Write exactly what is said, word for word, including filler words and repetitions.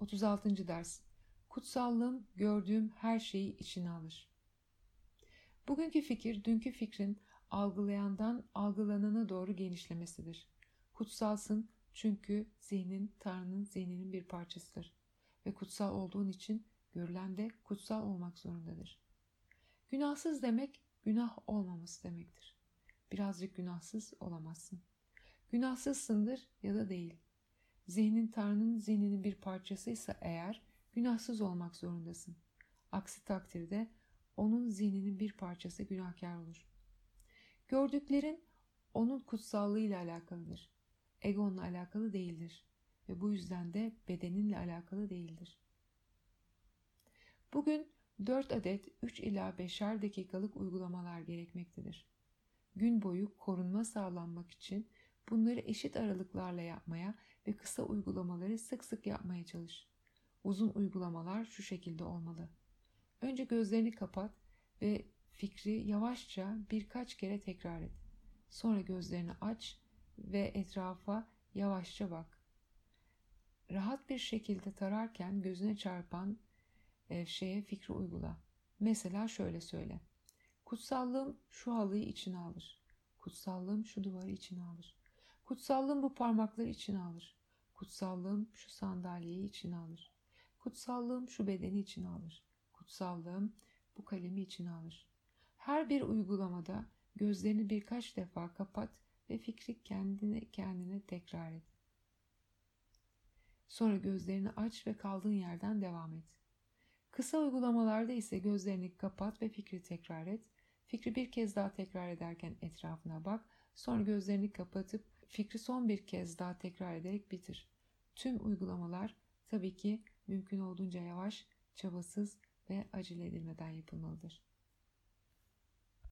otuz altıncı ders. Kutsallığım gördüğüm her şeyi içine alır. Bugünkü fikir, dünkü fikrin algılayandan algılanana doğru genişlemesidir. Kutsalsın çünkü zihnin, Tanrı'nın zihninin bir parçasıdır. Ve kutsal olduğun için görülen de kutsal olmak zorundadır. Günahsız demek, günah olmaması demektir. Birazcık günahsız olamazsın. Günahsızsındır ya da değil. Zihnin Tanrı'nın zihninin bir parçasıysa eğer günahsız olmak zorundasın. Aksi takdirde onun zihninin bir parçası günahkar olur. Gördüklerin onun kutsallığıyla alakalıdır. Egonla alakalı değildir ve bu yüzden de bedeninle alakalı değildir. Bugün dört adet üç ila beşer dakikalık uygulamalar gerekmektedir. Gün boyu korunma sağlanmak için bunları eşit aralıklarla yapmaya ve kısa uygulamaları sık sık yapmaya çalış. Uzun uygulamalar şu şekilde olmalı. Önce gözlerini kapat ve fikri yavaşça birkaç kere tekrar et. Sonra gözlerini aç ve etrafa yavaşça bak. Rahat bir şekilde tararken gözüne çarpan şeye fikri uygula. Mesela şöyle söyle. Kutsallığım şu halıyı içine alır. Kutsallığım şu duvarı içine alır. Kutsallığım bu parmakları içine alır. Kutsallığım şu sandalyeyi içine alır. Kutsallığım şu bedeni içine alır. Kutsallığım bu kalemi içine alır. Her bir uygulamada gözlerini birkaç defa kapat ve fikri kendine kendine tekrar et. Sonra gözlerini aç ve kaldığın yerden devam et. Kısa uygulamalarda ise gözlerini kapat ve fikri tekrar et. Fikri bir kez daha tekrar ederken etrafına bak. Sonra gözlerini kapatıp fikri son bir kez daha tekrar ederek bitir. Tüm uygulamalar tabii ki mümkün olduğunca yavaş, çabasız ve acele edilmeden yapılmalıdır.